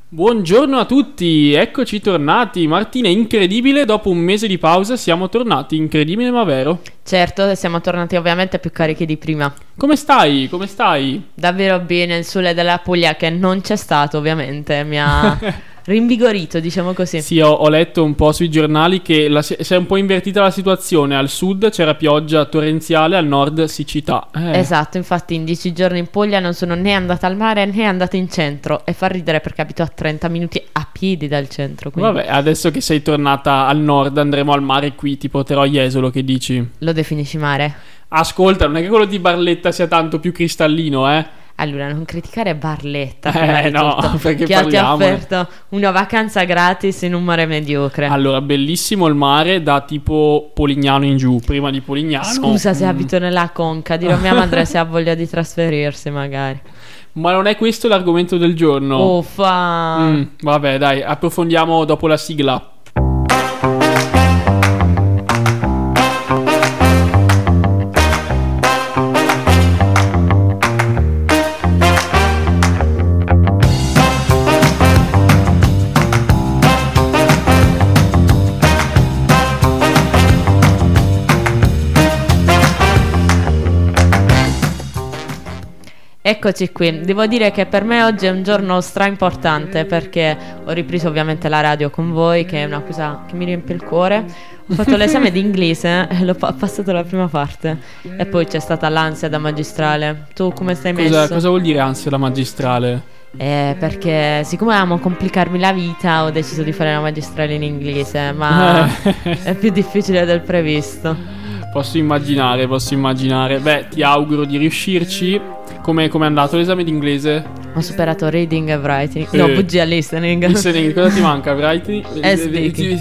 Buongiorno a tutti, eccoci tornati. Martina, incredibile, dopo un mese di pausa siamo tornati, incredibile ma vero. Certo, siamo tornati ovviamente più carichi di prima. Come stai? Come stai? Davvero bene, il sole della Puglia che non c'è stato ovviamente mi ha rinvigorito, diciamo così. Sì, ho letto un po' sui giornali che si è un po' invertita la situazione. Al sud c'era pioggia torrenziale, al nord siccità. Esatto, infatti in 10 giorni in Puglia non sono né andata al mare né andata in centro. E fa ridere perché abito a 30 minuti a piedi dal centro, quindi. Vabbè, adesso che sei tornata al nord andremo al mare qui, ti porterò a Jesolo, che dici? Lo definisci mare? Ascolta, non è che quello di Barletta sia tanto più cristallino, Allora, non criticare Barletta. No, perché che ti ha offerto una vacanza gratis in un mare mediocre. Allora, bellissimo il mare da tipo Polignano in giù, prima di Polignano. Scusa se abito nella Conca, dirò a mia madre se ha voglia di trasferirsi magari. Ma non è questo l'argomento del giorno. Vabbè, dai, approfondiamo dopo la sigla. Eccoci qui, devo dire che per me oggi è un giorno stra importante perché ho ripreso ovviamente la radio con voi, che è una cosa che mi riempie il cuore. Ho fatto l'esame di inglese e l'ho passato la prima parte e poi c'è stata l'ansia da magistrale. Tu come stai messo? Cosa vuol dire ansia da magistrale? Perché siccome amo complicarmi la vita ho deciso di fare la magistrale in inglese, ma è più difficile del previsto. Posso immaginare. Beh, ti auguro di riuscirci. Come è andato l'esame d'inglese? Ho superato reading e writing. No, bugia listening. Listening, cosa ti manca? Writing? E speaking.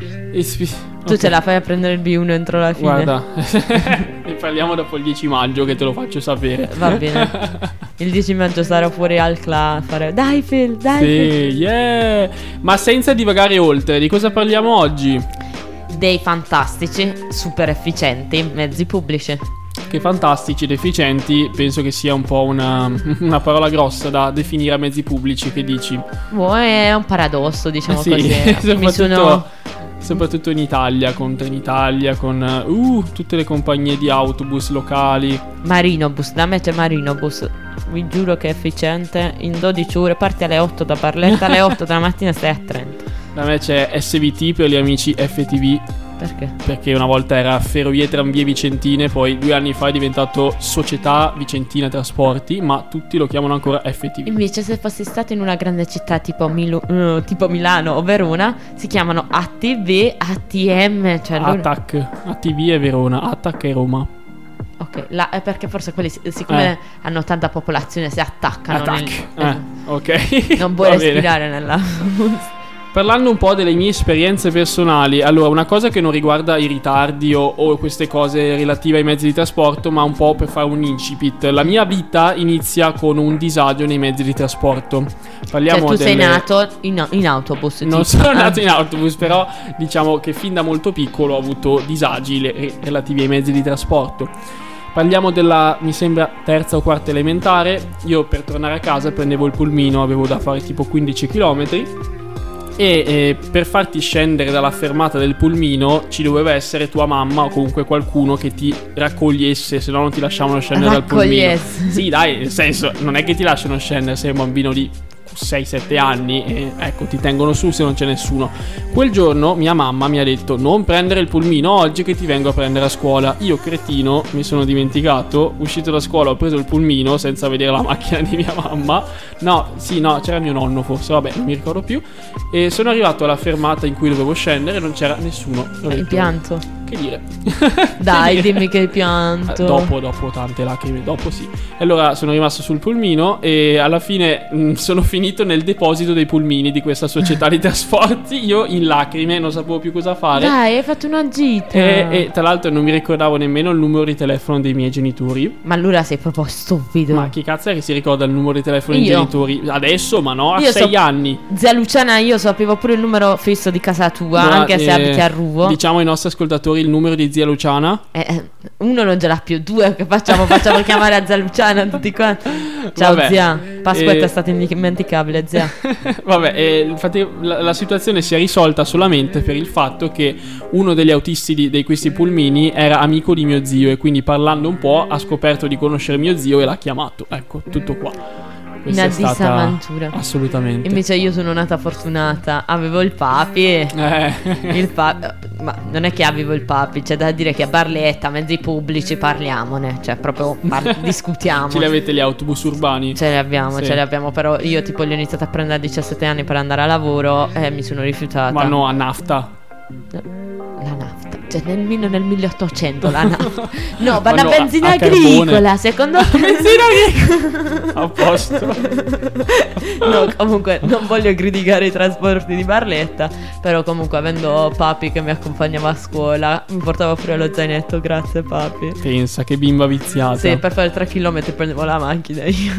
Tu ce la fai a prendere il B1 entro la fine. Guarda, ne parliamo dopo il 10 maggio che te lo faccio sapere. Va bene. Il 10 maggio sarò fuori al club a fare dai Phil, dai Phil. Yeah. Ma senza divagare oltre, di cosa parliamo oggi? Dei fantastici, super efficienti mezzi pubblici. Che fantastici ed efficienti, penso che sia un po' una parola grossa da definire a mezzi pubblici, che dici? È un paradosso, diciamo così. Soprattutto in Italia, con Trenitalia, con tutte le compagnie di autobus locali. Marinobus, da me c'è Marinobus, vi giuro che è efficiente, in 12 ore, parti alle 8 da Barletta, alle 8 della mattina stai a Trento. Da me c'è SVT per gli amici FTV. Perché? Perché una volta era Ferrovie Tranvie Vicentine, poi 2 anni fa è diventato Società Vicentina Trasporti, ma tutti lo chiamano ancora FTV. Invece se fossi stato in una grande città tipo Milano o Verona, si chiamano ATV, ATM, cioè ATAC, ATV è Verona, ATAC è Roma. Ok, è perché forse quelli siccome hanno tanta popolazione si attaccano. ATAC, ok. Non puoi respirare nella... Parlando un po' delle mie esperienze personali, allora una cosa che non riguarda i ritardi o queste cose relative ai mezzi di trasporto, ma un po' per fare un incipit. La mia vita inizia con un disagio nei mezzi di trasporto. Parliamo tu sei nato in autobus? Non sono nato in autobus, però diciamo che fin da molto piccolo ho avuto disagi relativi ai mezzi di trasporto. Parliamo della, mi sembra, terza o quarta elementare. Io per tornare a casa prendevo il pulmino, avevo da fare tipo 15 km. E per farti scendere dalla fermata del pulmino ci doveva essere tua mamma o comunque qualcuno che ti raccogliesse, se no non ti lasciavano scendere dal pulmino. Sì, dai, nel senso, non è che ti lasciano scendere, sei un bambino di 6-7 anni e ecco, ti tengono su se non c'è nessuno. Quel giorno mia mamma mi ha detto: non prendere il pulmino oggi che ti vengo a prendere a scuola. Io cretino mi sono dimenticato, uscito da scuola ho preso il pulmino senza vedere la macchina di mia mamma. No, c'era mio nonno forse, vabbè, non mi ricordo più. E sono arrivato alla fermata in cui dovevo scendere e non c'era nessuno. Hai pianto? Che dire? Dai, dimmi che hai pianto. Dopo tante lacrime, dopo sì. E allora sono rimasto sul pulmino e alla fine sono finito nel deposito dei pulmini di questa società di trasporti. Io in lacrime non sapevo più cosa fare. Dai, hai fatto una gita. E tra l'altro non mi ricordavo nemmeno il numero di telefono dei miei genitori. Ma allora sei proprio stupido. Ma chi cazzo è che si ricorda il numero di telefono dei genitori? Adesso, ma no, a 6 anni. Zia Luciana, io sapevo pure il numero fisso di casa tua, anche se abiti a Ruvo. Diciamo ai nostri ascoltatori il numero di zia Luciana? Uno non ce l'ha più, due che facciamo chiamare a zia Luciana tutti quanti. Ciao Vabbè, zia, Pasqua è stata indimenticabile zia. Vabbè, infatti la situazione si è risolta solamente per il fatto che uno degli autisti di questi pulmini era amico di mio zio, e quindi parlando un po' ha scoperto di conoscere mio zio e l'ha chiamato. Ecco, tutto qua. Questa Una è stata disavventura. Assolutamente. Invece io sono nata fortunata, avevo il papi. Ma non è che avevo il papi, c'è da dire che a Barletta, mezzi pubblici, parliamone. Cioè proprio discutiamo. Ce li avete gli autobus urbani? Ce li abbiamo, Sì. ce li abbiamo. Però io tipo li ho iniziato a prendere a 17 anni per andare a lavoro e mi sono rifiutata. Ma no, a nafta. La nafta, cioè nel 1800 la nafta. No, Ma una no, benzina a carbone. agricola, secondo me. Benzina agricola. A posto. No, comunque non voglio criticare i trasporti di Barletta, però comunque avendo papi che mi accompagnava a scuola, mi portava pure lo zainetto, grazie papi. Pensa, che bimba viziata. Sì, per fare 3 km prendevo la macchina io.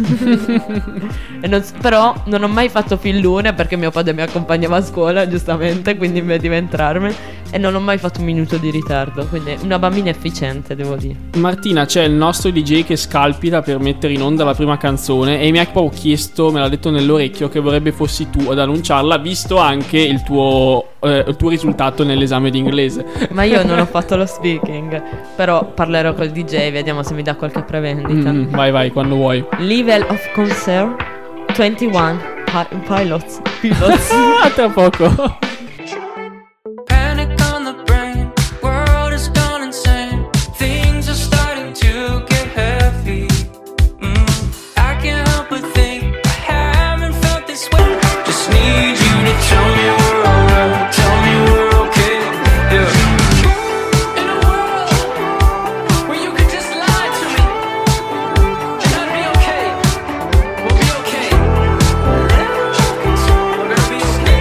Però non ho mai fatto fillone perché mio padre mi accompagnava a scuola, giustamente, quindi invece di entrarmi, e non ho mai fatto un minuto di ritardo, quindi una bambina efficiente, devo dire. Martina, c'è il nostro DJ che scalpita per mettere in onda la prima canzone e mi ha proprio chiesto, me l'ha detto nell'orecchio, che vorrebbe fossi tu ad annunciarla, visto anche il tuo risultato nell'esame di inglese. Ma io non ho fatto lo speaking, però parlerò col DJ, vediamo se mi dà qualche prevendita. Vai, quando vuoi. Level of concern 21 pilots. Ah, tra poco. Panic on the brain, world has gone insane. Things are starting to get heavy. I can't help but think I haven't felt this way. Just need you to tell me we're alright, tell me we're okay. Yeah. In a world where you could just lie to me and I'd be okay. We'll be okay. We're gonna be okay.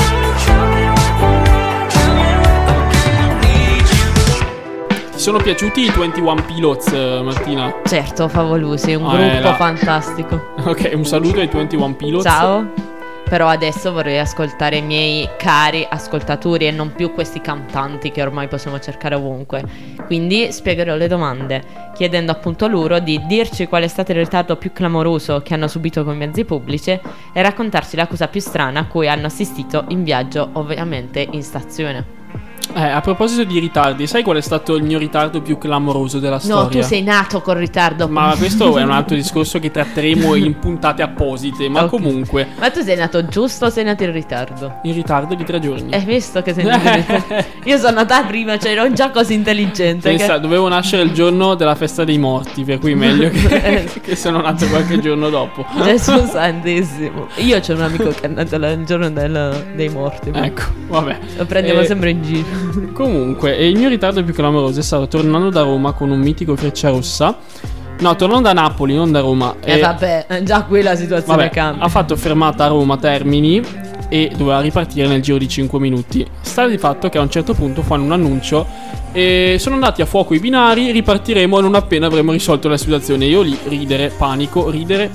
Ti sono piaciuti i 21 Pilots, Martina? Certo, favolosi, un Ah, gruppo là. fantastico. Ok, un saluto ai 21 Pilots. Ciao. Però adesso vorrei ascoltare i miei cari ascoltatori e non più questi cantanti che ormai possiamo cercare ovunque. Quindi spiegherò le domande, chiedendo appunto loro di dirci qual è stato il ritardo più clamoroso che hanno subito con i mezzi pubblici e raccontarci la cosa più strana a cui hanno assistito in viaggio, ovviamente in stazione. A proposito di ritardi, sai qual è stato il mio ritardo più clamoroso della storia? No, tu sei nato con ritardo. Ma questo è un altro discorso che tratteremo in puntate apposite. Ma Ok. comunque, Ma tu sei nato giusto o sei nato in ritardo? in ritardo di 3 giorni. Hai visto che sei nato in ritardo? Io sono nata prima, cioè ero già così intelligente Pensa, che... dovevo nascere il giorno della festa dei morti, per cui meglio che sono nato qualche giorno dopo. Gesù santissimo. Io c'ho un amico che è nato il giorno dei morti. Ecco, vabbè. Lo prendiamo sempre in giro. Comunque, il mio ritardo più clamoroso è stato tornando da Roma con un mitico Frecciarossa. No, tornando da Napoli, non da Roma. Vabbè, già qui la situazione Vabbè, cambia. ha fatto fermata a Roma Termini e doveva ripartire nel giro di 5 minuti. Sta di fatto che a un certo punto fanno un annuncio e sono andati a fuoco i binari, ripartiremo non appena avremo risolto la situazione. Io lì ridere, panico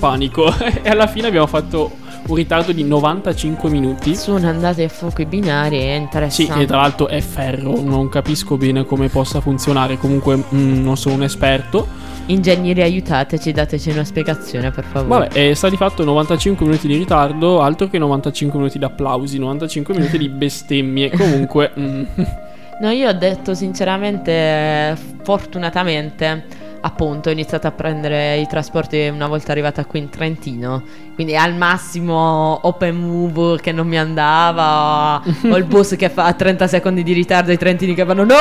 e alla fine abbiamo fatto un ritardo di 95 minuti. Sono andati a fuoco i binari, è Sì, interessante. e tra l'altro è ferro, non capisco bene come possa funzionare, comunque non sono un esperto. Ingegneri, aiutateci, dateci una spiegazione per favore. Vabbè, sta di fatto 95 minuti di ritardo, altro che 95 minuti di applausi, 95 minuti di bestemmie. Comunque, No, io ho detto sinceramente, fortunatamente, appunto, ho iniziato a prendere i trasporti una volta arrivata qui in Trentino. Quindi al massimo Open Move che non mi andava, o il bus che fa 30 secondi di ritardo, i trentini che vanno no!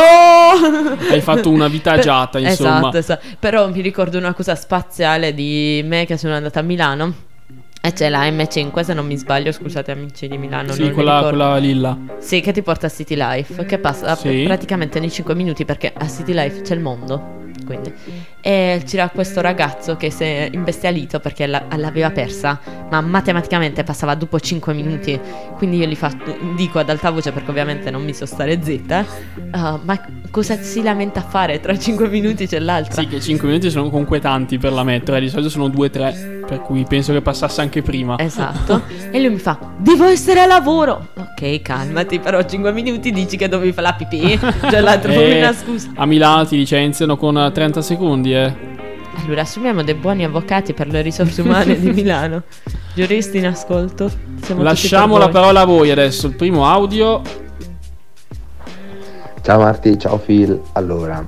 hai fatto una vita agiata, insomma. Esatto. Però mi ricordo una cosa spaziale di me che sono andata a Milano. E c'è la M5, se non mi sbaglio, scusate amici di Milano. Sì, non mi quella ricordo. lilla. Sì, che ti porta a City Life, che passa Sì. praticamente nei 5 minuti perché a City Life c'è il mondo. Quindi. E c'era questo ragazzo che si è imbestialito perché l'aveva persa, ma matematicamente passava dopo 5 minuti. Quindi io dico ad alta voce, perché ovviamente non mi so stare zitta, ma cosa si lamenta a fare? Tra 5 minuti c'è l'altra. Sì, che 5 minuti sono comunque tanti per la metro, di solito sono 2-3. per cui penso che passasse anche prima. Esatto. E lui mi fa: devo essere a lavoro. Ok, calmati, però 5 minuti dici che dovevi fare la pipì. Cioè l'altro una scusa. A Milano ti licenziano con 30 secondi, Allora assumiamo dei buoni avvocati per le risorse umane di Milano. Giuristi in ascolto. Siamo Lasciamo tutti la per voi. parola a voi adesso. Il primo audio. Ciao Marti, ciao Phil. Allora,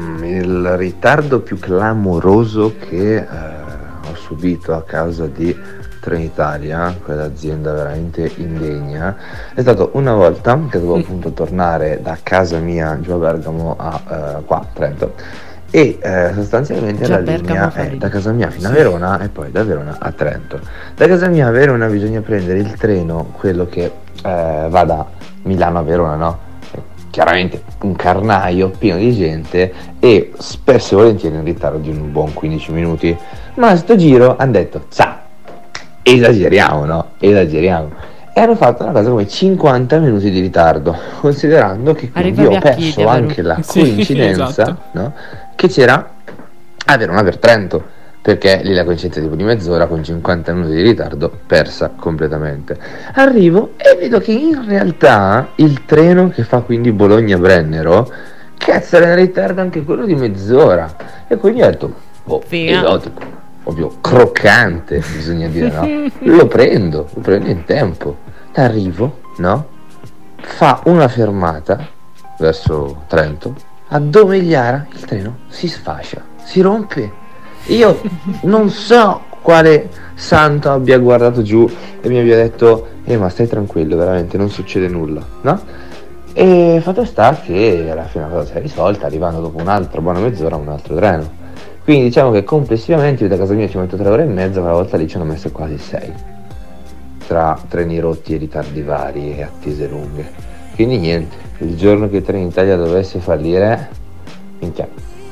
il ritardo più clamoroso che ho subito a causa di Trenitalia, quell'azienda veramente indegna, è stato una volta che dovevo appunto tornare da casa mia giù a Bergamo a qua, Trento, e sostanzialmente Già la Bergamo linea fa è ridere. da casa mia fino a Verona e poi da Verona a Trento. Da casa mia a Verona bisogna prendere il treno, quello che va da Milano a Verona, no? Chiaramente un carnaio pieno di gente e spesso e volentieri in ritardo di un buon 15 minuti. Ma a sto giro hanno detto: ciao, esageriamo, no? Esageriamo. E hanno fatto una cosa come 50 minuti di ritardo, considerando che quindi Arrivavi ho a perso piedi, vero? anche la Sì, coincidenza, esatto. no? Che c'era a Verona per Trento, perché lì la coincidenza tipo di mezz'ora con 50 minuti di ritardo persa completamente. Arrivo e vedo che in realtà il treno che fa quindi Bologna-Brennero, cazzo, era in ritardo anche quello di mezz'ora. E quindi ho detto: oh, Figa. esotico, proprio croccante, bisogna dire, no? Lo prendo in tempo. Arrivo, no? Fa una fermata verso Trento, a Domegliara il treno si sfascia, si rompe. Io non so quale santo abbia guardato giù e mi abbia detto: ma stai tranquillo, veramente non succede nulla, no? E fatto sta che alla fine la cosa si è risolta, arrivando dopo un'altra buona mezz'ora un altro treno. Quindi diciamo che complessivamente io da casa mia ci metto 3 ore e mezza, quella volta lì ci hanno messo quasi 6, tra treni rotti e ritardi vari e attese lunghe. Quindi niente, il giorno che Trenitalia dovesse fallire, minchia,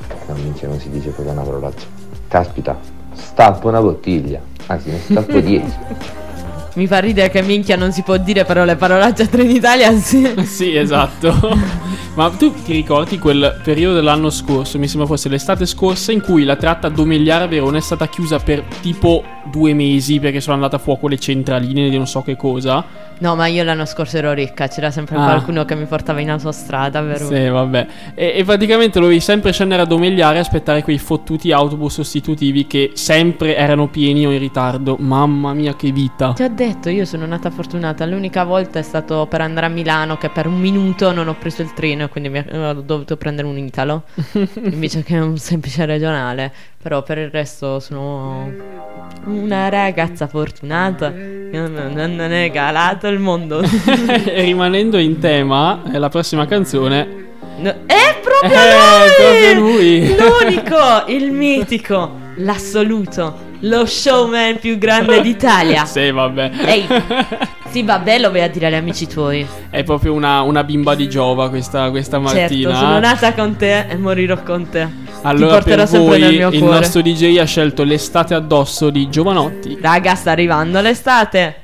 non si dice cosa è una parolaccia. Caspita, stappo una bottiglia, anzi ne stappo 10. Mi fa ridere che minchia non si può dire, però le parolacce a Trenitalia sì. Sì, esatto. Ma tu ti ricordi quel periodo dell'anno scorso, mi sembra fosse l'estate scorsa, in cui la tratta Domegliara-Verona è stata chiusa per tipo 2 mesi perché sono andate a fuoco le centraline di non so che cosa? No, ma io l'anno scorso ero ricca, c'era sempre qualcuno che mi portava in autostrada, vero? Sì, vabbè. E praticamente dovevi sempre scendere a Domegliara e aspettare quei fottuti autobus sostitutivi che sempre erano pieni o in ritardo. Mamma mia, che vita. Ti ho detto, io sono nata fortunata. L'unica volta è stato per andare a Milano, che per un minuto non ho preso il treno e quindi ho dovuto prendere un Italo invece che un semplice regionale. Però per il resto sono una ragazza fortunata che non è regalato il mondo. E rimanendo in tema, la prossima canzone È proprio proprio lui. L'unico, il mitico, l'assoluto, lo showman più grande d'Italia. Sì, vabbè. Ehi, sì, vabbè, lo vai a dire agli amici tuoi. È proprio una bimba di Giova questa Martina. Certo, sono nata con te e morirò con te. Allora Ti porterò per sempre nel voi mio il cuore. nostro DJ ha scelto L'estate addosso di Giovanotti. Raga, sta arrivando l'estate.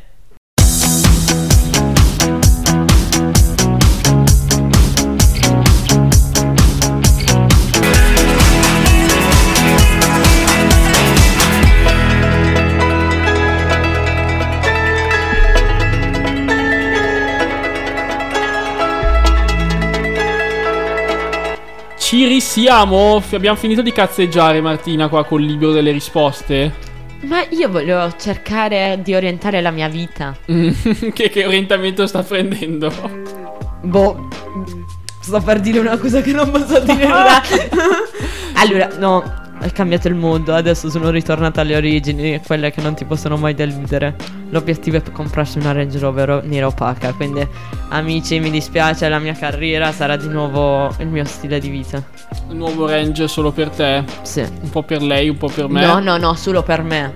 Ci risiamo? Abbiamo finito di cazzeggiare, Martina, qua col libro delle risposte? Ma io voglio cercare di orientare la mia vita. Che orientamento sta prendendo? Boh, sto per dire una cosa che non posso dire. Allora, no, è cambiato il mondo. Adesso sono ritornata alle origini, quelle che non ti possono mai deludere. L'obiettivo è comprarsi una Range Rover nera opaca. Quindi, amici, mi dispiace, la mia carriera sarà di nuovo il mio stile di vita. Un nuovo range solo per te? Sì. Un po' per lei, un po' per me? No, solo per me.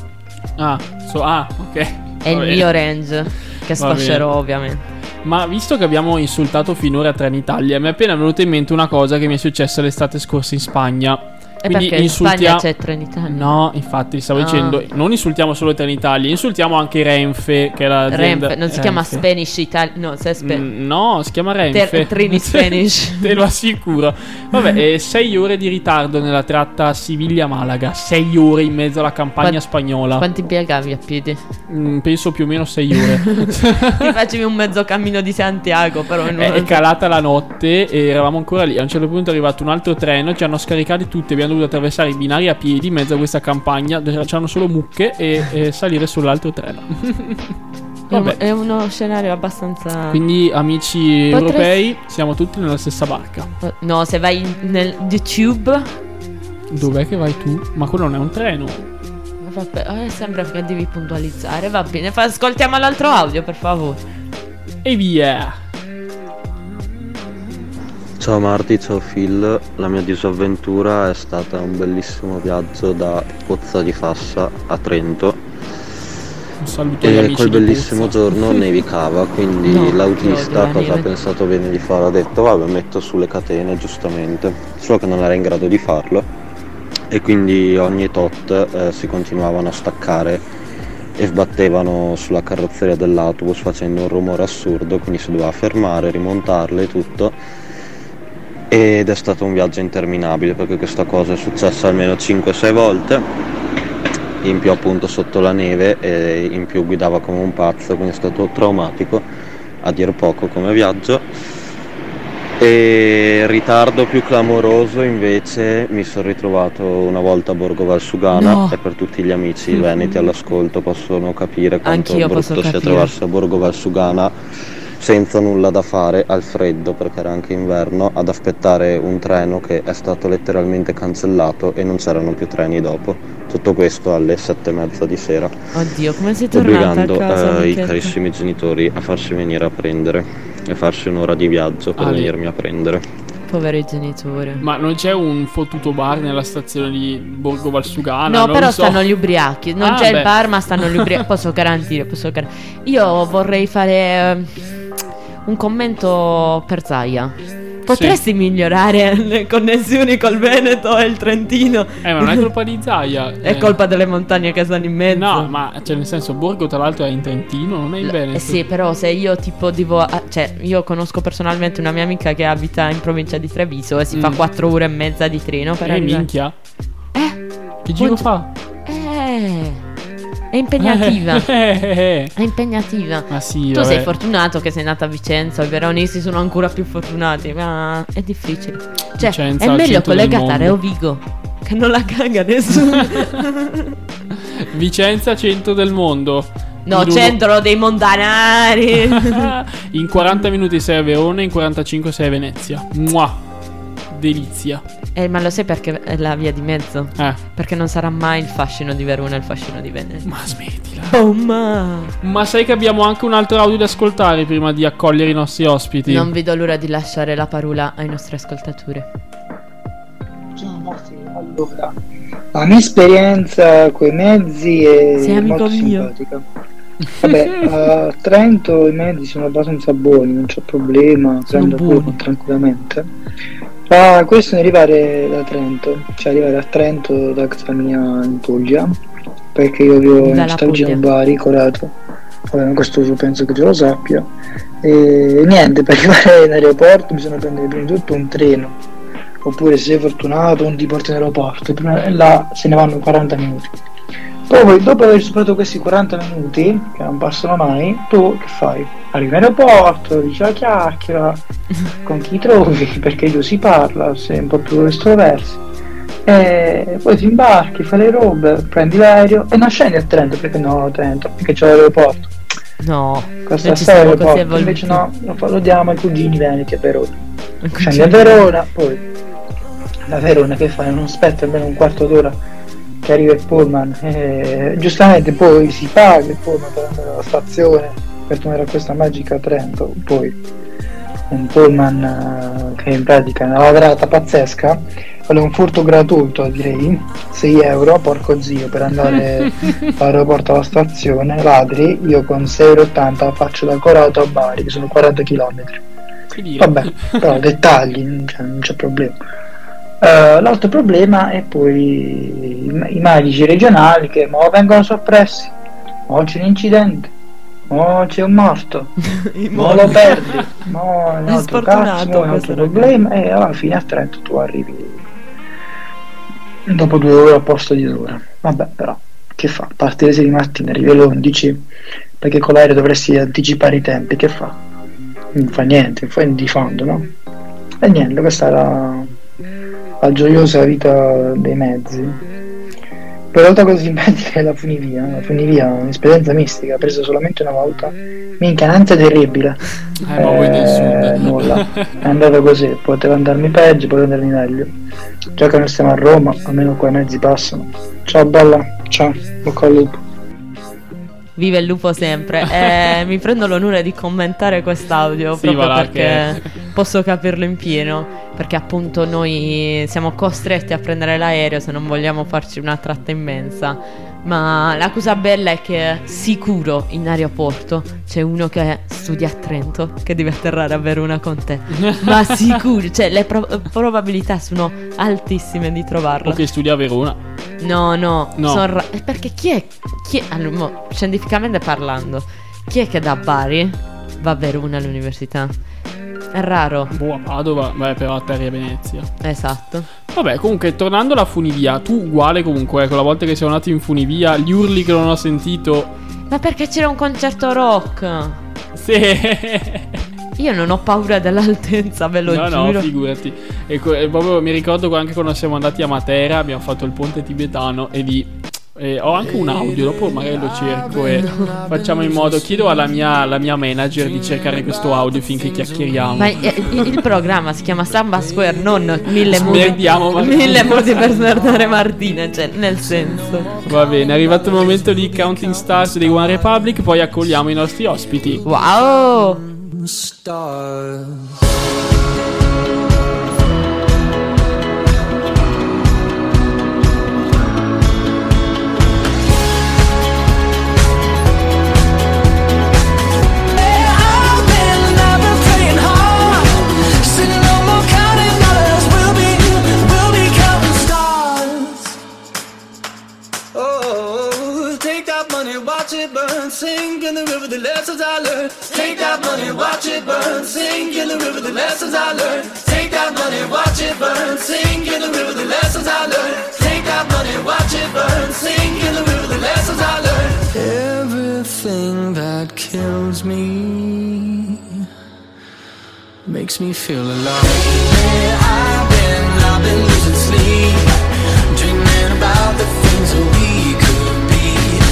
Ok. È il mio range che Va sfascerò, bene. ovviamente. Ma visto che abbiamo insultato finora Trenitalia, mi è appena venuta in mente una cosa che mi è successa l'estate scorsa in Spagna. E perché in Spagna c'è Trenitalia? No, infatti stavo dicendo, non insultiamo solo Trenitalia, insultiamo anche Renfe, che è l'azienda. Renfe, non si chiama Spanish Italia, no, no, si chiama Renfe. Trini Spanish. Te lo assicuro. Vabbè, 6 ore di ritardo nella tratta Siviglia-Malaga, 6 ore in mezzo alla campagna spagnola. Quanti impiegavi a piedi? Penso più o meno 6 ore. Ti facevi un mezzo cammino di Santiago, però è calata la notte e eravamo ancora lì. A un certo punto è arrivato un altro treno, ci hanno scaricati tutti, abbiamo dovuto attraversare i binari a piedi in mezzo a questa campagna dove c'erano solo mucche e salire sull'altro treno. Vabbè. È uno scenario abbastanza. Quindi amici europei, siamo tutti nella stessa barca. No, se vai nel YouTube. Dov'è che vai tu? Ma quello non è un treno. Vabbè, sembra che devi puntualizzare. Va bene, ascoltiamo l'altro audio, per favore. E via. Ciao Marti, ciao Phil, la mia disavventura è stata un bellissimo viaggio da Pozza di Fassa a Trento. Un saluto agli amici quel di bellissimo Pozza. giorno nevicava, quindi l'autista cosa ha pensato bene di fare? Ha detto vabbè, metto sulle catene, giustamente, solo che non era in grado di farlo e quindi ogni tot si continuavano a staccare e sbattevano sulla carrozzeria dell'autobus facendo un rumore assurdo, quindi si doveva fermare, rimontarle e tutto. Ed è stato un viaggio interminabile perché questa cosa è successa almeno 5-6 volte, in più appunto sotto la neve e in più guidava come un pazzo, quindi è stato traumatico a dir poco come viaggio. E ritardo più clamoroso invece mi sono ritrovato una volta a Borgo Valsugana e per tutti gli amici veneti all'ascolto possono capire quanto brutto sia trovarsi a Borgo Valsugana senza nulla da fare, al freddo perché era anche inverno, ad aspettare un treno che è stato letteralmente cancellato e non c'erano più treni dopo. Tutto questo alle 7:30 di sera. Oddio, come sei tornata a casa? Obbligando i carissimi genitori a farsi venire a prendere e farsi un'ora di viaggio per venirmi a prendere. Poveri genitori. Ma non c'è un fottuto bar nella stazione di Borgo Valsugana? No, non però so. stanno gli ubriachi. Non c'è il bar, ma stanno gli ubriachi. Posso garantire. Io vorrei fare un commento per Zaia. Potresti migliorare le connessioni col Veneto e il Trentino? Ma non è colpa di Zaia. È colpa delle montagne che stanno in mezzo. No, ma cioè nel senso Borgo tra l'altro è in Trentino, non è in Veneto. Sì, però se io tipo cioè io conosco personalmente una mia amica che abita in provincia di Treviso e si fa 4 ore e mezza di treno per arrivare. Minchia. Che giro fa? È impegnativa. È impegnativa. Ma sì, tu sei fortunato che sei nata a Vicenza. I veronesi sono ancora più fortunati. Ma è difficile. Cioè, Vicenza, è meglio collegata a mondo. Reovigo, che non la caga nessuno. Vicenza, centro del mondo. No, centro dei montanari. In 40 minuti sei a Verona, in 45 sei a Venezia. Mua. Delizia. Ma lo sai perché è la via di mezzo? Perché non sarà mai il fascino di Verona e il fascino di Venezia. Ma smettila. Oh ma sai che abbiamo anche un altro audio da ascoltare prima di accogliere i nostri ospiti? Non vedo l'ora di lasciare la parola ai nostri ascoltatori. Ciao Marti, allora la mia esperienza con i mezzi è molto simpatica. Vabbè, a Trento i mezzi sono abbastanza buoni, non c'è problema, prendo Pullman tranquillamente. La questione è arrivare da Trento, cioè arrivare a Trento da casa mia in Puglia, perché io vivo in città vicino a Bari, Corato. Vabbè, ma questo penso che già lo sappia. E niente, per arrivare in aeroporto bisogna prendere prima di tutto un treno, oppure se sei fortunato non ti porti in aeroporto, e là se ne vanno 40 minuti. Poi dopo aver superato questi 40 minuti, che non passano mai, tu che fai? Arrivi in aeroporto, dici la chiacchiera, con chi trovi, perché giù si parla, sei un po' più estroversi, e poi ti imbarchi, fai le robe, prendi l'aereo e non scendi a Trento, perché no a Trento, perché c'è l'aeroporto. No, costa assai l'aeroporto, invece no, lo diamo ai cugini veneti a Verona. Scendi a Verona, poi da Verona che fai? Non aspetta almeno un quarto d'ora che arriva il pullman, giustamente poi si paga il pullman per andare alla stazione per tornare a questa magica Trento, poi un pullman che in pratica è una ladrata pazzesca, quello è un furto gratuito direi, 6 euro, porco zio, per andare all'aeroporto alla stazione, ladri, io con 6,80 euro faccio da Corato a Bari, che sono 40 km. Vabbè, però dettagli, non c'è problema. L'altro problema è poi i magici regionali che vengono soppressi, c'è un incidente, c'è un morto, lo perdi, un altro cazzo, un altro problema, e alla fine a Trento tu arrivi dopo 2 ore al posto di 2 ore. Vabbè, però che fa? Parte le 6 di mattina, arrivi alle 11 perché con l'aereo dovresti anticipare i tempi, che fa? Non fa niente, fai di fondo, no? E niente, questa è la gioiosa vita dei mezzi. Per l'altra cosa simpatica è la funivia. La funivia è un'esperienza mistica, presa solamente una volta. Minchia, un'ansia terribile. Ma voi del sud. Nulla, è andato così, poteva andarmi peggio, poteva andarmi meglio. Già che noi stiamo a Roma, almeno qua i mezzi passano. Ciao bella, ciao, bocca al lupo. Vive il lupo sempre. Mi prendo l'onore di commentare quest'audio, Sì, proprio va là perché posso capirlo in pieno. Perché appunto noi siamo costretti a prendere l'aereo se non vogliamo farci una tratta immensa. Ma la cosa bella è che sicuro in aeroporto c'è uno che studia a Trento che deve atterrare a Verona con te. Ma sicuro, cioè le probabilità sono altissime di trovarlo. O che studia a Verona. No. Perché chi è allora, scientificamente parlando, chi è che da Bari va a Verona all'università? È raro. A Padova, però a Terra e Venezia. Esatto. Vabbè, comunque, tornando alla funivia, tu uguale comunque, quella volta che siamo andati in funivia, gli urli che non ho sentito. Ma perché c'era un concerto rock? Sì. Io non ho paura dell'altezza, ve lo giuro. No, figurati. E proprio mi ricordo anche quando siamo andati a Matera, abbiamo fatto il ponte tibetano e lì ho anche un audio, dopo magari lo cerco e facciamo in modo, chiedo alla mia manager di cercare questo audio finché chiacchieriamo. Ma il programma si chiama Samba Square, non mille modi per snerdare Martina, cioè nel senso. Va bene, è arrivato il momento di Counting Stars dei One Republic, poi accogliamo i nostri ospiti. Wow! Watch it burn, sink in the river, the lessons I learned. Take that money, watch it burn, sink in the river, the lessons I learned. Take that money, watch it burn, sink in the river, the lessons I learned. Take that money, watch it burn, sink in the river, the lessons I learned. Everything that kills me makes me feel alive. Lately I've been losing sleep, dreaming about the things that we could be.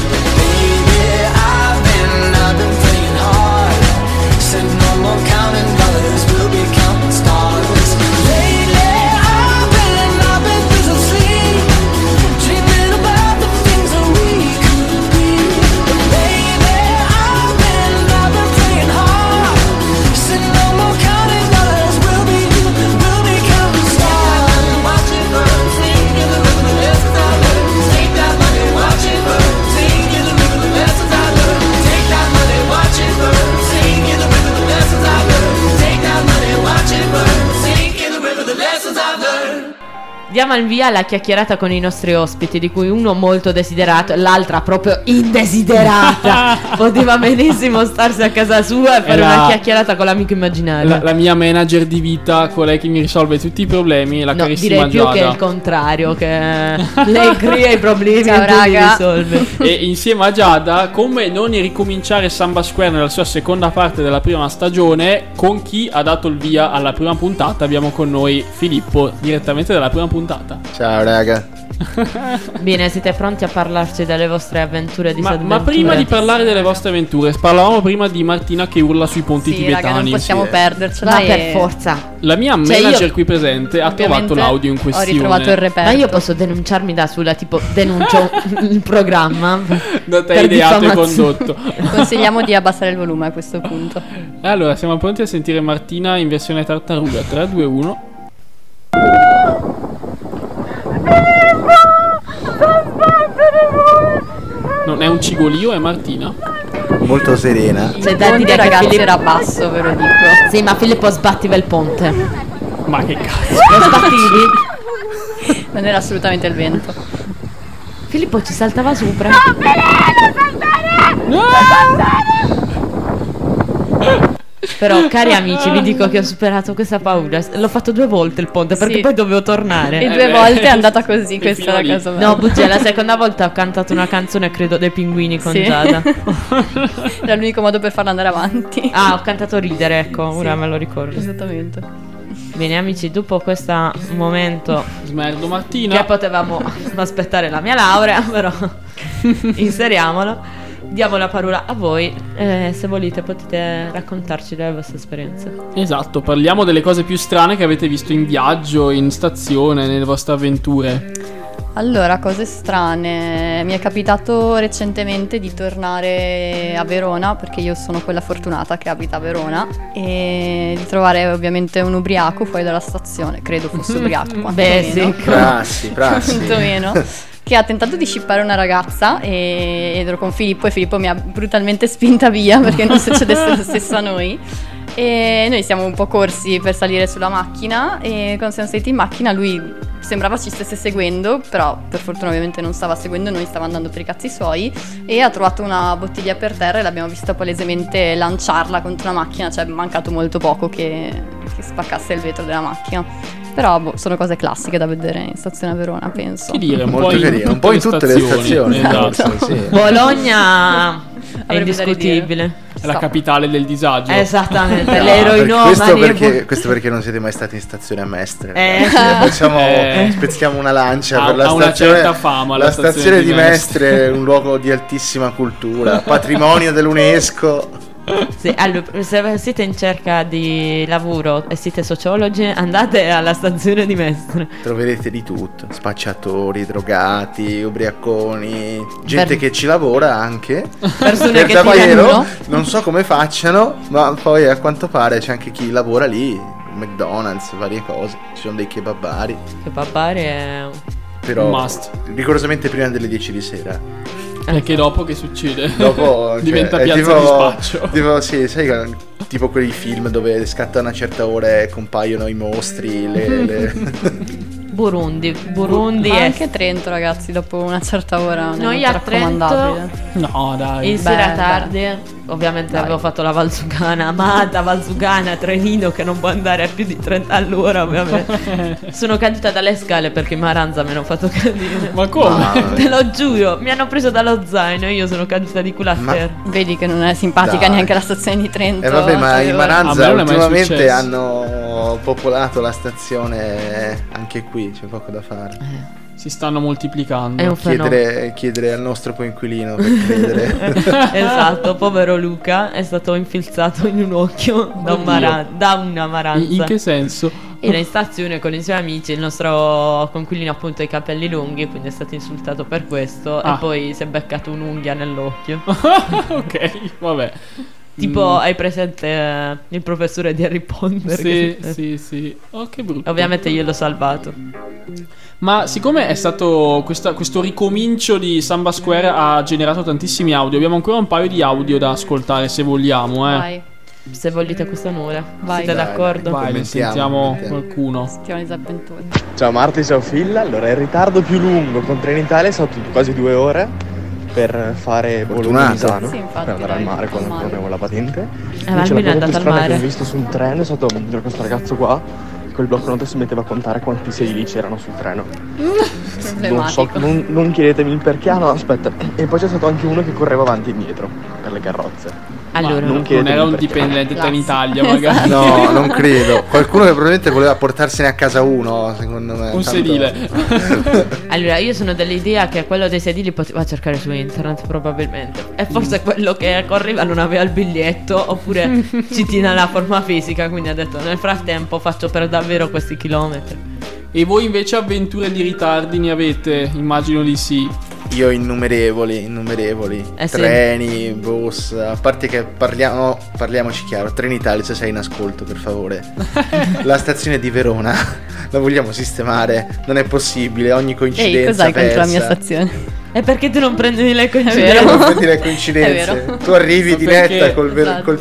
I've been playing hard, said no more counting dollars, we'll be counting stars. Lately I've been losing sleep, dreaming about the things that we could be. Baby, I've been playing hard, said no more counting dollars, we'll be counting stars. Watch it burn, sing in the river, the lessons I learned. Take that money, watch it burn, sing in the river, the lessons I learned. Take that money, watch it burn, sing in the river, the lessons I learned. Take that money, watch it burn, sing in the river, the lessons I learned. Diamo il via alla chiacchierata con i nostri ospiti, di cui uno molto desiderato e l'altra proprio indesiderata. Poteva benissimo starsi a casa sua e fare una chiacchierata con l'amico immaginario. La mia manager di vita, colei che mi risolve tutti i problemi, la carissima direi più Giada. che il contrario, che lei crea i problemi Ciao, e tu li risolve. E insieme a Giada, come non ricominciare Samba Square nella sua seconda parte della prima stagione, con chi ha dato il via alla prima puntata, abbiamo con noi Filippo, direttamente dalla prima puntata. Ciao raga. Bene, siete pronti a parlarci delle vostre avventure di disavventure? Ma prima di parlare delle vostre avventure, parlavamo prima di Martina che urla sui ponti tibetani. Raga, non possiamo perdercela. Ma per forza. La mia manager qui presente ha trovato l'audio in questione. Ho ritrovato il reperto. Ma io posso denunciarmi da sola, tipo denuncio il programma. Non ti hai ideato e condotto. Consigliamo di abbassare il volume a questo punto. Allora, siamo pronti a sentire Martina in versione tartaruga. 3, 2, 1. Non è un cigolio, è Martina. Molto serena. C'è da dire, ragazzi, Filippo era basso, ve lo dico. Sì, ma Filippo sbattiva il ponte. Ma che cazzo. Lo sbattivi? Non era assolutamente il vento. Filippo ci saltava sopra. Però, cari amici, vi dico che ho superato questa paura. L'ho fatto 2 volte il ponte perché Sì. poi dovevo tornare. E 2 volte è andata così, Che questa è la fino lì. cosa bella. No, bugia, la seconda volta ho cantato una canzone, credo, dei Pinguini con Sì. Giada. Era l'unico modo per farla andare avanti. Ah, ho cantato Ridere, ecco, ora Sì. me lo ricordo. Esattamente. Bene, amici, dopo questo momento Smerdo che Martina. potevamo aspettare la mia laurea, però inseriamolo. Diamo la parola a voi. Se volete potete raccontarci le vostre esperienze. Esatto, parliamo delle cose più strane che avete visto in viaggio, in stazione, nelle vostre avventure. Allora, cose strane. Mi è capitato recentemente di tornare a Verona, perché io sono quella fortunata che abita a Verona, e di trovare ovviamente un ubriaco fuori dalla stazione. Credo fosse ubriaco. Beh, quantomeno. sì. Prassi. Quantomeno. Che ha tentato di scippare una ragazza ed ero con Filippo e Filippo mi ha brutalmente spinta via perché non succedesse lo stesso a noi. E noi siamo un po' corsi per salire sulla macchina e quando siamo saliti in macchina lui sembrava ci stesse seguendo, però per fortuna ovviamente non stava seguendo noi, stava andando per i cazzi suoi e ha trovato una bottiglia per terra e l'abbiamo vista palesemente lanciarla contro la macchina, cioè è mancato molto poco che spaccasse il vetro della macchina. Però sono cose classiche da vedere in stazione a Verona, penso. Che dire, un Molto po' in carino, un po' in tutte le stazioni. Esatto. Sì. Bologna è Avrebbe da indiscutibile. È la capitale del disagio. Esattamente, No, le eroinomani. questo perché non siete mai stati in stazione a Mestre. Eh. Spezziamo una lancia Ha- per la ha una stazione. certa fama La stazione di Mestre è un luogo di altissima cultura, patrimonio dell'UNESCO. Sì, allora, se siete in cerca di lavoro e siete sociologi, andate alla stazione di Mestre. Troverete di tutto: spacciatori, drogati, ubriaconi, gente Per- che ci lavora anche. Persone Per che davvero, tirano. non so come facciano, ma poi a quanto pare c'è anche chi lavora lì, McDonald's, varie cose. Ci sono dei kebabari, Che papari è... però Un must. rigorosamente prima delle 10 di sera. Perché dopo che succede? Dopo cioè, Diventa è piazza di spaccio. tipo, sì, sai, tipo quei film dove scatta a una certa ora e compaiono i mostri, Burundi Ma è... anche Trento, ragazzi, dopo una certa ora non Noi è a molto Trento raccomandabile. No, dai. in sera Beh, tardi, ovviamente avevo fatto la Valsugana, amata Valsugana, trenino che non può andare a più di 30 all'ora, ovviamente. Sono caduta dalle scale perché in Maranza mi hanno fatto cadere. Ma come? Te lo giuro, mi hanno preso dallo zaino e io sono caduta di culo a Ma- terra. Vedi che non è simpatica Dai. neanche la stazione di Trento. vabbè, ma in A Maranza me non è mai ultimamente successo. hanno popolato la stazione, anche qui c'è poco da fare. Si stanno moltiplicando. È un fenomeno. Chiedere al nostro coinquilino per credere. Esatto, povero Luca è stato infilzato in un occhio da, da una Maranza. In che senso? Era in stazione con i suoi amici, il nostro coinquilino appunto ha i capelli lunghi, quindi è stato insultato per questo Ah. e poi si è beccato un'unghia nell'occhio. Ok, vabbè. Tipo, hai presente il professore di Harry Potter? Sì, che- sì. Oh, che brutto. Ovviamente io l'ho salvato. Ma siccome è stato questo ricomincio di Samba Square ha generato tantissimi audio, abbiamo ancora un paio di audio da ascoltare se vogliamo, Vai, Se volete questa onore, Vai. siete Dai, d'accordo? Vai, ne Commentiamo, sentiamo commentiamo. qualcuno. sentiamo le disavventure. Ciao Marti, ciao Filla. Allora, il ritardo più lungo con Trenitalia è stato quasi 2 ore per fare Bologna-Misano, Sì, infatti, per andare al dai, mare quando al non mare. avevo la patente. Ma Invece almeno è la cosa più andata al strana che mare. ho visto sul treno è stato questo ragazzo qua, col blocco note si metteva a contare quanti sedili c'erano sul treno. Non so, Problematico. non chiedetemi il perché, no, aspetta. E poi c'è stato anche uno che correva avanti e indietro per le carrozze. Allora, Ma non non chiedetemi era un perché. dipendente Classico. Trenitalia, magari. No, non credo. Qualcuno che probabilmente voleva portarsene a casa uno, secondo me. Un Tanto- sedile. allora, io sono dell'idea che quello dei sedili poteva cercare su internet probabilmente. E forse quello che correva non aveva il biglietto oppure ci tiene la forma fisica, quindi ha detto nel frattempo faccio per davvero questi chilometri. E voi invece avventure di ritardi ne avete? Immagino di sì. Io innumerevoli. Sì. Treni, bus. A parte che parliamoci chiaro. Trenitalia, se sei in ascolto, per favore. La stazione di Verona la vogliamo sistemare. Non è possibile. Ogni Ehi, coincidenza cos'hai contro la mia persa. stazione? E perché tu non prendi le vero. coincidenze? Non puoi dire È coincidenze. vero. Tu arrivi Ma diretta perché- col Esatto.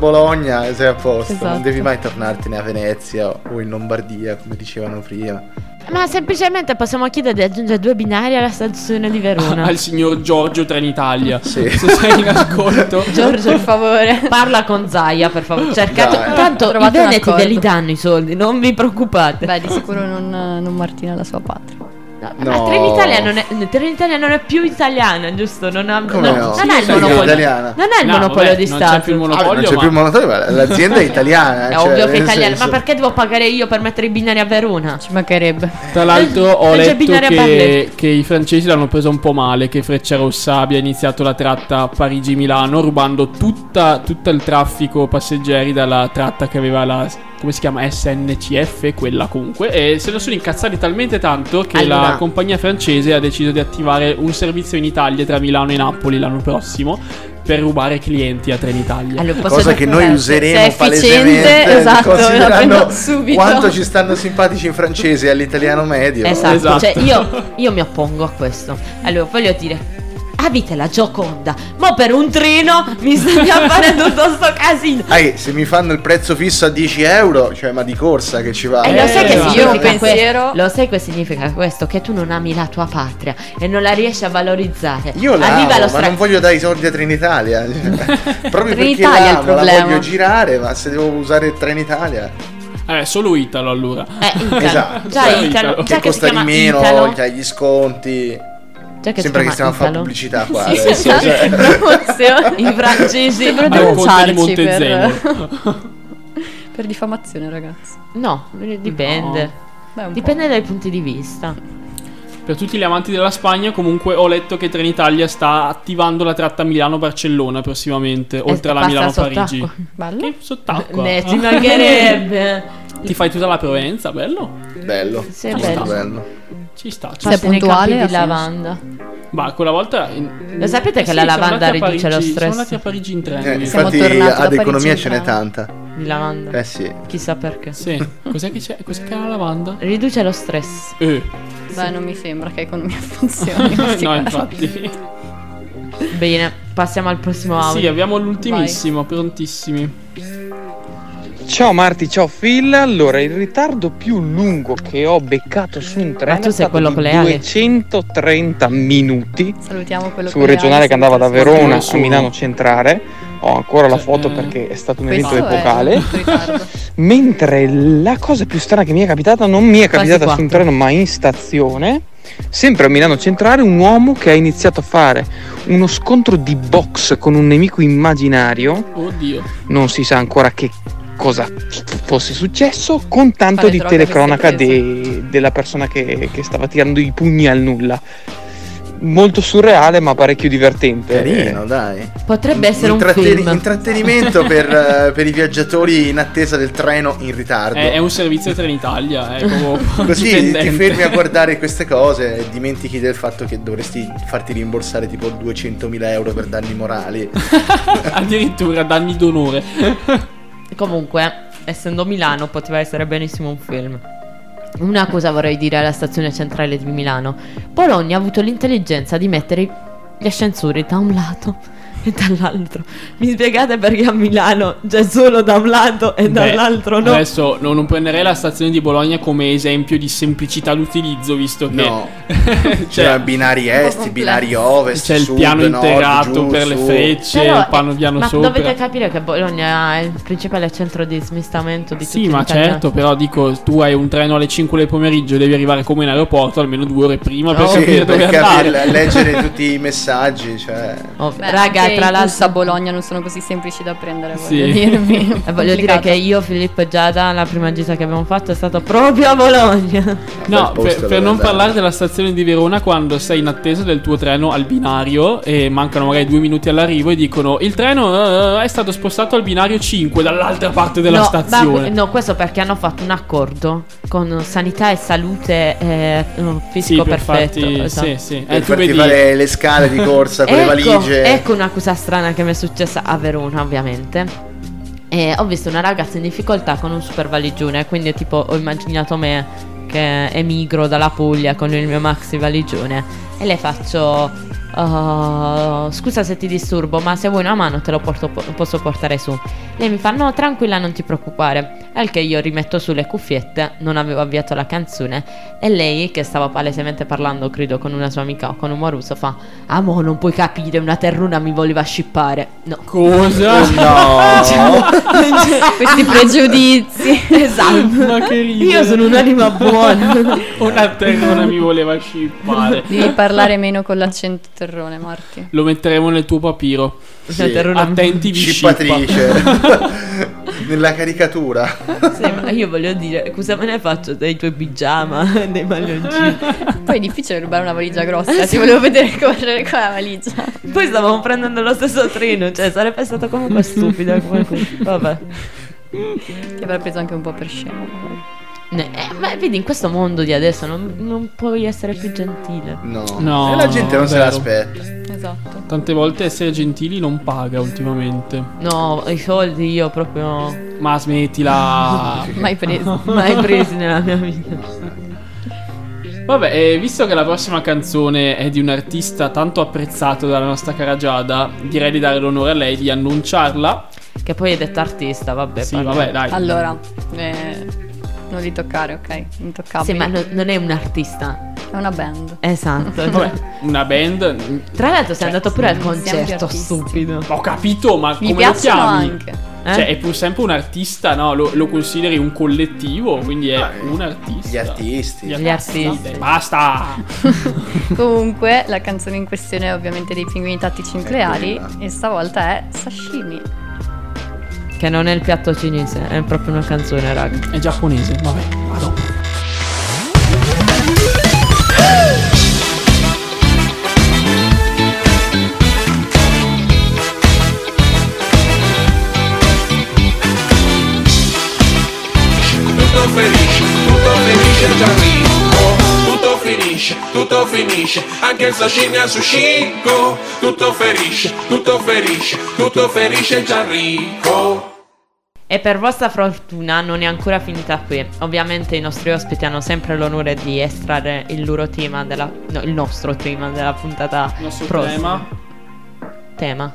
Trento-Bologna e sei a posto. Non Esatto. devi mai tornartene a Venezia o in Lombardia, come dicevano prima. Ma semplicemente possiamo chiedere di aggiungere 2 binari alla stazione di Verona. Al signor Giorgio Trenitalia. Sì. Se sei in ascolto. Giorgio, per favore. parla con Zaia, per favore. Cercate. Dai. Tanto i Trovate un veneti accordo. ve li danno i soldi, non vi preoccupate. Beh, di sicuro non Martina la sua patria. Ma Trenitalia non è più italiana, giusto? Non ha, Come no? non ha il Sì, monopolio. italiana. Non è il No, monopolio vabbè, di non Stato. c'è più il monopolio. Non c'è più il monopolio, ma l'azienda è italiana. È cioè, ovvio che è nel italiana, senso- ma perché devo pagare io per mettere i binari a Verona? Ci mancherebbe. Tra l'altro ho Non c'è letto binario a Barletta. che i francesi l'hanno preso un po' male, che Frecciarossa abbia iniziato la tratta Parigi-Milano rubando tutto il traffico passeggeri dalla tratta che aveva la, come si chiama, SNCF, quella comunque, e se ne sono incazzati talmente tanto che Allora. la compagnia francese ha deciso di attivare un servizio in Italia tra Milano e Napoli l'anno prossimo per rubare clienti a Trenitalia. Allora, posso Cosa dire- che noi se è useremo efficiente, palesemente, esatto, la considerando prendo subito. quanto ci stanno simpatici in francese e all'italiano medio. Esatto, cioè io mi oppongo a questo. Allora, voglio dire, abite la Gioconda, ma per un treno mi stai a fare tutto sto casino. Se mi fanno il prezzo fisso a 10 euro, cioè ma di corsa che ci va. E lo sai che esatto. Io ho un significa pensiero. Lo sai che significa questo? Che tu non ami la tua patria e non la riesci a valorizzare. Io la Arriva amo, lo ma non voglio dare i soldi a Trenitalia. Proprio perché Trenitalia è il l'amo, la problema. voglio girare, ma se devo usare Trenitalia Solo Italo allora. Italo. Esatto. Già Cioè, Italo, Italo. già che che si costa di chiama meno, Italo. che hai gli sconti. Già che Sembra che si stiamo a chiama fare Italo. pubblicità qua. Sì, adesso, esatto. cioè. Promozione. I francesi Sembra Al conte di denunciarci Montezemolo. per diffamazione, ragazzi. No, dipende. Beh, un Dipende dai punti di vista. Per tutti gli amanti della Spagna, comunque ho letto che Trenitalia sta attivando la tratta Milano-Barcellona prossimamente, oltre alla passa Milano-Parigi. sott'acqua. po'. Bello. Che sott'acqua. Ci mancherebbe. Ti fai tutta la Provenza, bello? Bello. Sì, è molto bello. Ci sta. Sei Passi nei puntuale, campi ha di senso. lavanda. Ma quella volta. Lo sapete che la siamo lavanda andati a riduce lo Parigi- stress? Siamo andati a Parigi in treno. Siamo Infatti tornati da ad Parigi economia in ce n'è treno. tanta. Di lavanda. Eh sì. Chissà perché. Sì. Cos'è che c'è? Cos'è che ha la lavanda? Riduce lo stress. Beh, non mi sembra che economia funzioni. questi No, casi. infatti. Bene, passiamo al prossimo audio. Sì, abbiamo l'ultimissimo, prontissimi. Ciao Marti, ciao Phil. Allora, il ritardo più lungo che ho beccato su un treno tu è sei stato quello di con le ali. 230 minuti Salutiamo quello su con le regionale ali, che andava da salutiamo. Verona a Nessuno. Milano Centrale. Ho ancora la foto perché è stato un evento Questo è epocale. il ritardo. Mentre la cosa più strana che mi è capitata non mi è Quasi capitata su un 4. treno ma in stazione, sempre a Milano Centrale, un uomo che ha iniziato a fare uno scontro di box con un nemico immaginario, Oddio. non si sa ancora che cosa fosse successo, con tanto Quale di droga telecronaca avesse preso. della persona che stava tirando i pugni al nulla. Molto surreale ma parecchio divertente. Carino, dai. Potrebbe essere un film. Intrattenimento per i viaggiatori in attesa del treno in ritardo. È un servizio Trenitalia, è proprio Così dipendente. ti fermi a guardare queste cose e dimentichi del fatto che dovresti farti rimborsare tipo 200.000 euro per danni morali. Addirittura danni d'onore. Comunque, essendo Milano, poteva essere benissimo un film. Una cosa vorrei dire alla stazione centrale di Milano. Bologna ha avuto l'intelligenza di mettere gli ascensori da un lato e dall'altro. Mi spiegate perché a Milano c'è solo da un lato e dall'altro no? Adesso non prenderei la stazione di Bologna come esempio di semplicità d'utilizzo, visto che No. cioè, C'erano binari est, binari ovest, c'è il sud, piano nord, integrato giù, per le su. frecce, Però, il piano ma sopra. dovete capire che Bologna è il principale centro di smistamento di Sì, tutti ma gli italiani. certo, però dico, tu hai un treno alle 5 del pomeriggio, devi arrivare come in aeroporto almeno 2 ore prima per Sì, capire dove per andare. leggere tutti i messaggi, cioè. Oh, Beh, raga, anche tra i bus l'altro a Bologna non sono così semplici da prendere, Sì. voglio dirvi. E voglio dire che io, Filippo e Giada, la prima gita che abbiamo fatto è stata proprio a Bologna. No, Bel posto per dove non andare. parlare della stazione di Verona, quando sei in attesa del tuo treno al binario e mancano magari 2 minuti all'arrivo e dicono il treno è stato spostato al binario 5 dall'altra parte della No, stazione. no, questo perché hanno fatto un accordo con sanità e salute fisico Sì, per perfetto. farti, esatto. sì, sì. Per Tu farti vedi, fare le scale di corsa con le valigie. Ecco una cosa strana che mi è successa a Verona, ovviamente. Ho visto una ragazza in difficoltà con un super valigione, quindi tipo ho immaginato me che emigro dalla Puglia con il mio maxi valigione e le faccio scusa se ti disturbo, ma se vuoi una mano te lo posso portare su. Lei mi fa: no, tranquilla, non ti preoccupare. Al che io rimetto su le cuffiette, non avevo avviato la canzone, e lei, che stava palesemente parlando credo con una sua amica o con un moruso, fa: mo non puoi capire, una terruna mi voleva scippare. No. Cosa? No. Questi pregiudizi. Esatto. Ma che ridere. Io sono un'anima buona. Una terrona mi voleva scippare. Devi parlare meno con l'accento terrone, Marti. Lo metteremo nel tuo papiro. Sì. Attenti, vi Scippatrice. Nella caricatura. Sì, ma io voglio dire, cosa me ne faccio dei tuoi pigiama, dei maglioncini? Poi è difficile rubare una valigia grossa. Ti volevo vedere correre con la valigia. Poi stavamo prendendo lo stesso treno, cioè sarebbe stato comunque stupido. Vabbè. Ti avrei preso anche un po' per scemo. Ma vedi, in questo mondo di adesso non puoi essere più gentile. No, e la gente non se l'aspetta. Esatto. Tante volte essere gentili non paga ultimamente. No, i soldi io proprio... Ma smettila. Mai presi. Mai presi nella mia vita. Vabbè, visto che la prossima canzone è di un artista tanto apprezzato dalla nostra cara Giada, direi di dare l'onore a lei di annunciarla. Che poi è detta artista, vabbè. Sì, vabbè, dai. Allora, non li toccare, ok? Intoccabili. Sì, ma non è un artista. È una band. Esatto. Vabbè, una band. Tra l'altro sei andato pure al siamo concerto, più artisti. stupido. Ho capito, ma Mi come lo piacciono chiami? anche. Cioè, è pur sempre un artista, no? Lo consideri un collettivo, quindi è un artista. Gli artisti. Gli artisti. Basta. Comunque, la canzone in questione è ovviamente dei Pinguini Tattici Nucleari. quella. E stavolta è Sashimi. Che non è il piatto cinese, è proprio una canzone, raga. È giapponese, vabbè, vado. Tutto finisce, anche il sashimi al sushiko. Tutto ferisce Gianrico. E per vostra fortuna non è ancora finita qui. Ovviamente i nostri ospiti hanno sempre l'onore di estrarre il loro tema il nostro tema della puntata Il nostro prossima. Tema.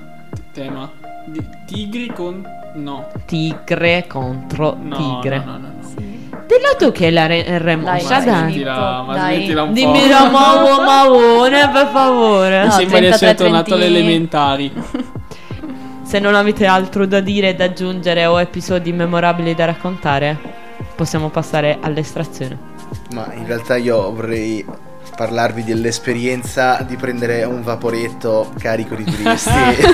Tigri con... No. Tigre contro No, tigre. no. Dillo tu che è la remoscia, dai. Ma smettila un po'. Dimmi la Mavone, per favore. Mi sembra di essere 33 tornato alle trentini. elementari. Se non avete altro da dire, da aggiungere o episodi memorabili da raccontare, possiamo passare all'estrazione. Ma in realtà io vorrei parlarvi dell'esperienza di prendere un vaporetto carico di turisti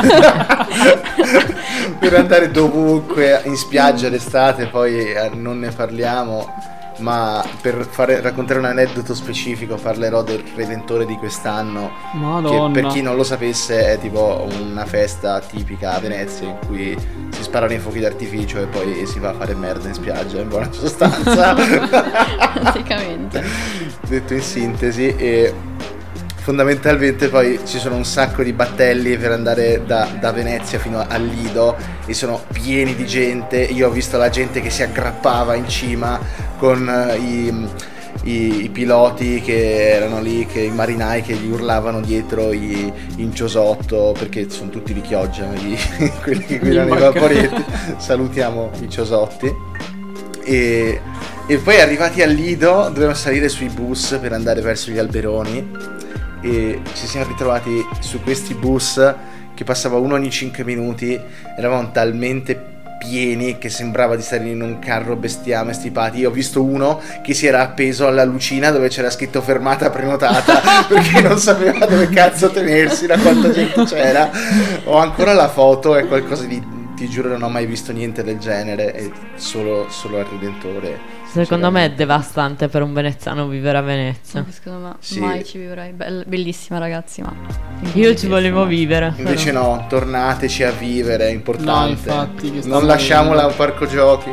per andare dovunque in spiaggia d'estate. Poi non ne parliamo, ma per raccontare un aneddoto specifico parlerò del Redentore di quest'anno. Madonna. Che per chi non lo sapesse è tipo una festa tipica a Venezia in cui si sparano i fuochi d'artificio e poi si va a fare merda in spiaggia, in buona sostanza. Praticamente. Detto in sintesi. E fondamentalmente poi ci sono un sacco di battelli per andare da Venezia fino al Lido e sono pieni di gente. Io ho visto la gente che si aggrappava in cima con i piloti che erano lì, che i marinai che gli urlavano dietro in ciosotto, perché sono tutti di Chioggia quelli che guidano i vaporetti. Salutiamo i ciosotti. E poi arrivati al Lido dovevamo salire sui bus per andare verso gli alberoni e ci siamo ritrovati su questi bus che passava uno ogni 5 minuti. Eravamo talmente pieni che sembrava di stare in un carro bestiame, stipati. Io ho visto uno che si era appeso alla lucina dove c'era scritto fermata prenotata perché non sapeva dove cazzo tenersi, da quanta gente c'era. Ho ancora la foto, è qualcosa di... Ti giuro, non ho mai visto niente del genere, e solo al Redentore. Secondo me è devastante per un veneziano vivere a Venezia. Secondo me Sì. mai ci vivrei. Bellissima, ragazzi, ma Io ci volevo vivere. Invece no, tornateci a vivere, è importante. No, infatti, che non stiamo lasciamola a vedendo. un parco giochi.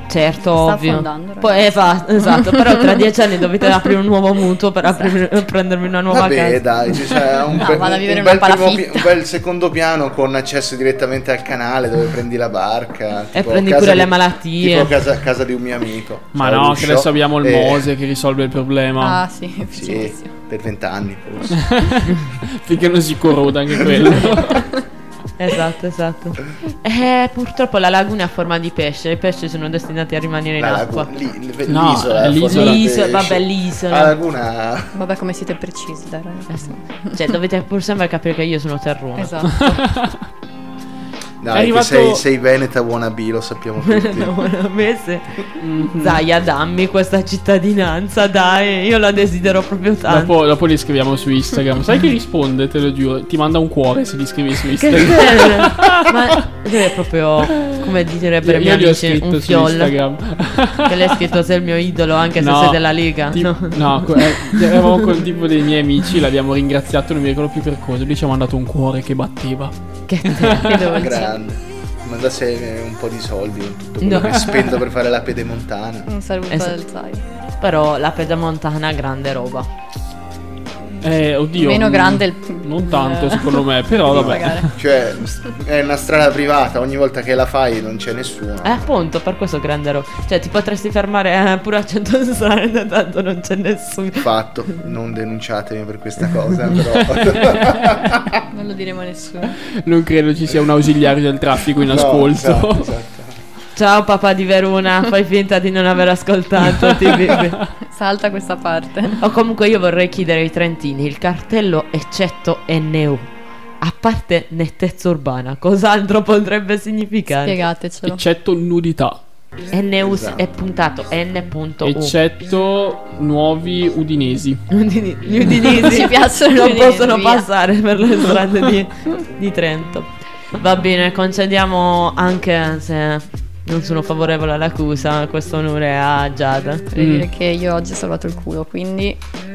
Certo, Sta ovvio. affondando, Poi esatto, però tra 10 anni dovete aprire un nuovo mutuo per prendermi una nuova Vabbè, casa. dai, c'è un, vado a vivere un in bel una primo palafitta. un bel secondo piano con accesso direttamente al canale dove prendi la barca. E tipo prendi casa pure di- le malattie. Tipo casa di un mio amico. Ma Ciao, no, Lucio. che adesso abbiamo il E- Mose che risolve il problema. Ah, sì, Sì, per 20 anni forse. Finché non si corroda anche quello. Esatto. Purtroppo la laguna è a forma di pesce. I pesci sono destinati a rimanere in La acqua. No, l'isola, è l'isola. Vabbè, l'isola. La laguna. Vabbè, come siete precisi, dai ragazzi. Cioè, dovete pur sempre capire che io sono terruna. Esatto. Dai, È arrivato- che sei veneta wannabe, lo sappiamo tutti. A me se Zaya, dammi questa cittadinanza, dai, io la desidero proprio tanto. Dopo li scriviamo su Instagram. Sai che risponde, te lo giuro. Ti manda un cuore se li scrivi su Che Instagram. bello. Ma lui è proprio, come direbbero i miei Io gli ho amici, scritto un su fiol. Instagram. Che l'hai scritto sei il mio idolo anche se No, sei della Lega. Eravamo col tipo dei miei amici, l'abbiamo ringraziato, non mi ricordo più per cosa. Lui ci ha mandato un cuore che batteva. Che dolce. Grande. Mandasse un po' di soldi con tutto quello No. che spendo per fare la pedemontana. Un saluto Esatto. del Zai. Però la pedemontana grande roba. Oddio. Meno grande il... Non tanto secondo me, però Devi vabbè. pagare. Cioè, è una strada privata, ogni volta che la fai non c'è nessuno. Appunto, per questo grande roba. Cioè, ti potresti fermare pure a 100 strade, tanto non c'è nessuno. Fatto, non denunciatemi per questa cosa, però. Non lo diremo a nessuno. Non credo ci sia un ausiliario del traffico in No, ascolto. esatto. Ciao papà di Verona, fai finta di non aver ascoltato. Salta questa parte. O comunque io vorrei chiedere ai trentini il cartello eccetto NU. A parte nettezza urbana, cos'altro potrebbe significare? Spiegatecelo. Eccetto nudità. NU Esatto. è puntato N.U. Eccetto nuovi udinesi. Gli udinesi Ci piacciono non gli udinesi, possono via. passare per le strade di Trento. Va bene, concediamo, anche se non sono favorevole all'accusa, questo onore a Giada. Vorrei dire che io oggi ho salvato il culo, quindi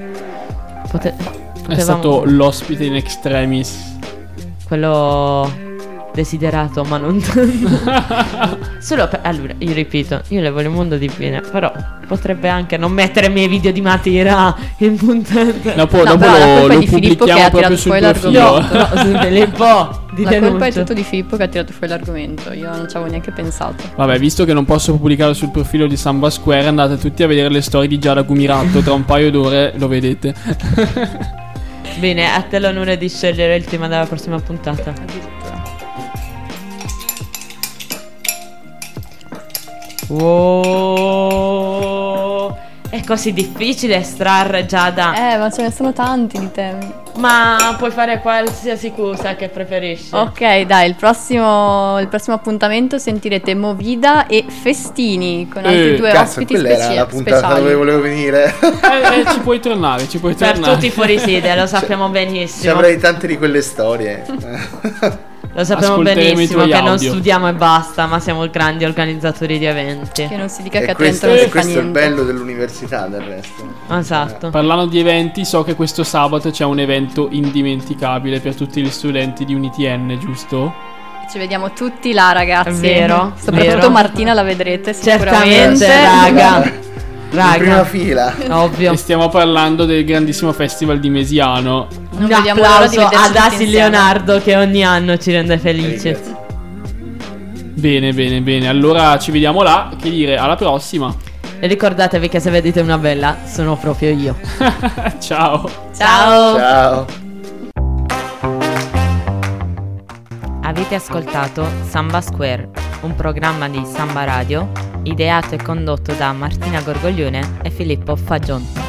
È stato l'ospite in extremis. quello desiderato, ma non solo per... Allora, io ripeto, io le voglio un mondo di bene, però potrebbe anche non mettere i miei video di Matera in puntata. Dopo però la colpa è lo di Filippo che pubblichiamo ha proprio tirato sul fuori profilo. l'argomento. No, Filippo, di la colpa è denuncia. tutto di Filippo che ha tirato fuori l'argomento. Io non ci avevo neanche pensato. Vabbè, visto che non posso pubblicarlo sul profilo di Samba Square, andate tutti a vedere le storie di Giada Gumiratto. Tra un paio d'ore lo vedete. Bene, a te l'onore di scegliere il tema della prossima puntata. Addirittura. Wow. È così difficile estrarre, Giada. Ma ce ne sono tanti di temi. Ma puoi fare qualsiasi cosa che preferisci. Ok, dai, il prossimo appuntamento sentirete Movida e Festini con altri due Cazzo, ospiti quella era la puntata speciali. dove volevo venire. Ci puoi tornare, ci puoi Per tornare. tutti fuori sede, lo sappiamo Ci benissimo. avrei tante di quelle storie. Lo sappiamo Ascolteremo i benissimo tuoi che non audio. studiamo e basta, ma siamo grandi organizzatori di eventi. Che non si dica che E a Trento questo, non si e fa questo è il niente. bello dell'università, del resto. Esatto. Parlando di eventi, so che questo sabato c'è un evento indimenticabile per tutti gli studenti di UniTN, giusto? Ci vediamo tutti là, ragazzi. È vero, Soprattutto vero. Martina la vedrete Certamente, sicuramente. In prima fila. Ovvio. E stiamo parlando del grandissimo festival di Mesiano. Non Un vediamo l'ora di applauso vederci ad tutti Asi insieme. Leonardo che ogni anno ci rende felici. Bene, bene, bene. Allora ci vediamo là. Che dire, alla prossima. E ricordatevi che se vedete una bella, sono proprio io. Ciao. Ciao. Ciao. Avete ascoltato Samba Square, un programma di Samba Radio ideato e condotto da Martina Gorgoglione e Filippo Fagion.